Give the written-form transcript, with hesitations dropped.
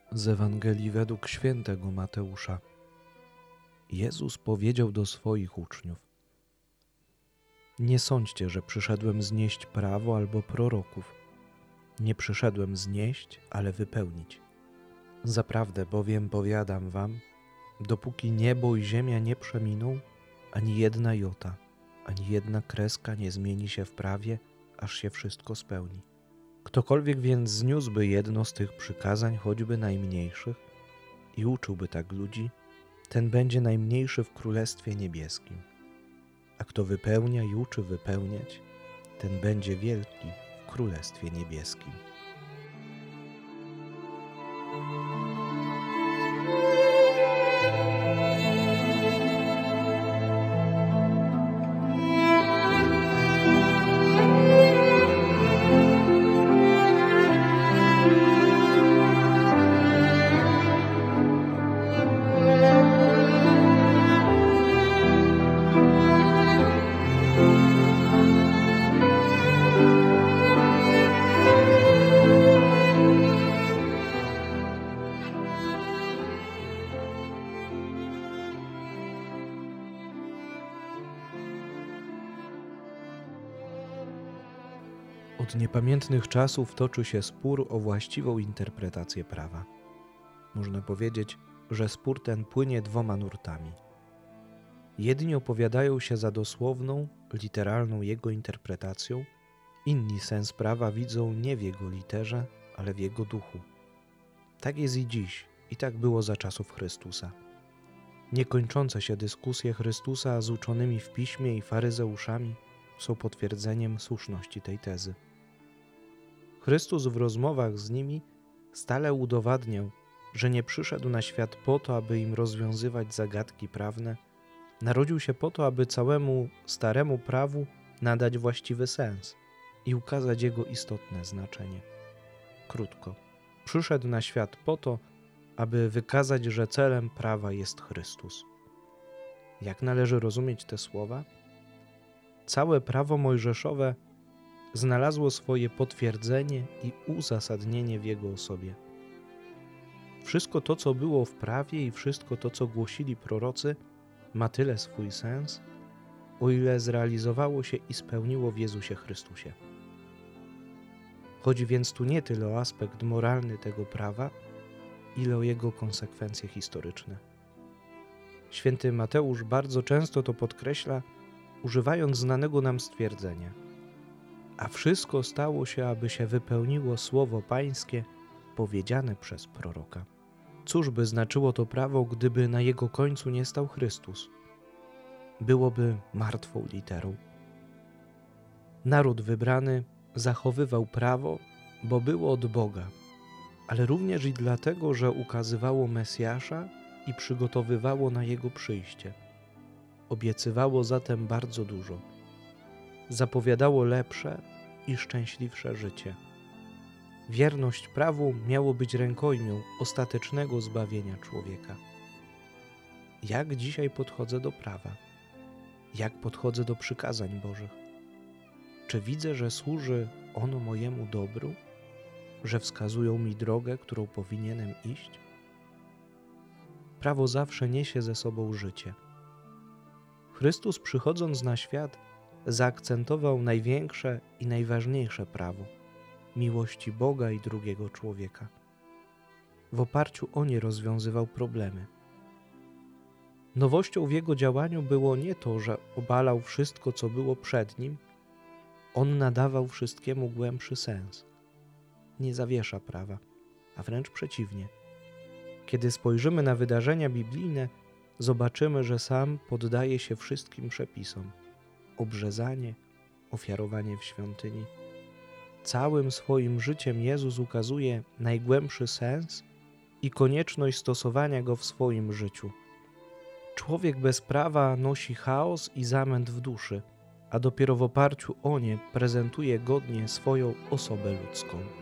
Z Ewangelii według świętego Mateusza. Jezus powiedział do swoich uczniów: Nie sądźcie, że przyszedłem znieść prawo albo proroków. Nie przyszedłem znieść, ale wypełnić. Zaprawdę bowiem powiadam wam, dopóki niebo i ziemia nie przeminą, ani jedna jota, ani jedna kreska nie zmieni się w prawie, aż się wszystko spełni. Ktokolwiek więc zniósłby jedno z tych przykazań, choćby najmniejszych, i uczyłby tak ludzi, ten będzie najmniejszy w Królestwie Niebieskim. A kto wypełnia i uczy wypełniać, ten będzie wielki w Królestwie Niebieskim. Od niepamiętnych czasów toczy się spór o właściwą interpretację prawa. Można powiedzieć, że spór ten płynie dwoma nurtami. Jedni opowiadają się za dosłowną, literalną jego interpretacją, inni sens prawa widzą nie w jego literze, ale w jego duchu. Tak jest i dziś, i tak było za czasów Chrystusa. Niekończące się dyskusje Chrystusa z uczonymi w piśmie i faryzeuszami są potwierdzeniem słuszności tej tezy. Chrystus w rozmowach z nimi stale udowadniał, że nie przyszedł na świat po to, aby im rozwiązywać zagadki prawne, narodził się po to, aby całemu staremu prawu nadać właściwy sens i ukazać jego istotne znaczenie. Krótko, przyszedł na świat po to, aby wykazać, że celem prawa jest Chrystus. Jak należy rozumieć te słowa? Całe prawo mojżeszowe znalazło swoje potwierdzenie i uzasadnienie w Jego osobie. Wszystko to, co było w prawie i wszystko to, co głosili prorocy, ma tyle swój sens, o ile zrealizowało się i spełniło w Jezusie Chrystusie. Chodzi więc tu nie tyle o aspekt moralny tego prawa, ile o jego konsekwencje historyczne. Święty Mateusz bardzo często to podkreśla, używając znanego nam stwierdzenia: a wszystko stało się, aby się wypełniło słowo Pańskie powiedziane przez proroka. Cóż by znaczyło to prawo, gdyby na jego końcu nie stał Chrystus? Byłoby martwą literą. Naród wybrany zachowywał prawo, bo było od Boga, ale również i dlatego, że ukazywało Mesjasza i przygotowywało na jego przyjście. Obiecywało zatem bardzo dużo. Zapowiadało lepsze i szczęśliwsze życie. Wierność prawu miało być rękojmią ostatecznego zbawienia człowieka. Jak dzisiaj podchodzę do prawa? Jak podchodzę do przykazań Bożych? Czy widzę, że służy ono mojemu dobru? Że wskazują mi drogę, którą powinienem iść? Prawo zawsze niesie ze sobą życie. Chrystus, przychodząc na świat, zaakcentował największe i najważniejsze prawo – miłości Boga i drugiego człowieka. W oparciu o nie rozwiązywał problemy. Nowością w jego działaniu było nie to, że obalał wszystko, co było przed nim, on nadawał wszystkiemu głębszy sens. Nie zawiesza prawa, a wręcz przeciwnie. Kiedy spojrzymy na wydarzenia biblijne, zobaczymy, że sam poddaje się wszystkim przepisom. Obrzezanie, ofiarowanie w świątyni. Całym swoim życiem Jezus ukazuje najgłębszy sens i konieczność stosowania go w swoim życiu. Człowiek bez prawa nosi chaos i zamęt w duszy, a dopiero w oparciu o nie prezentuje godnie swoją osobę ludzką.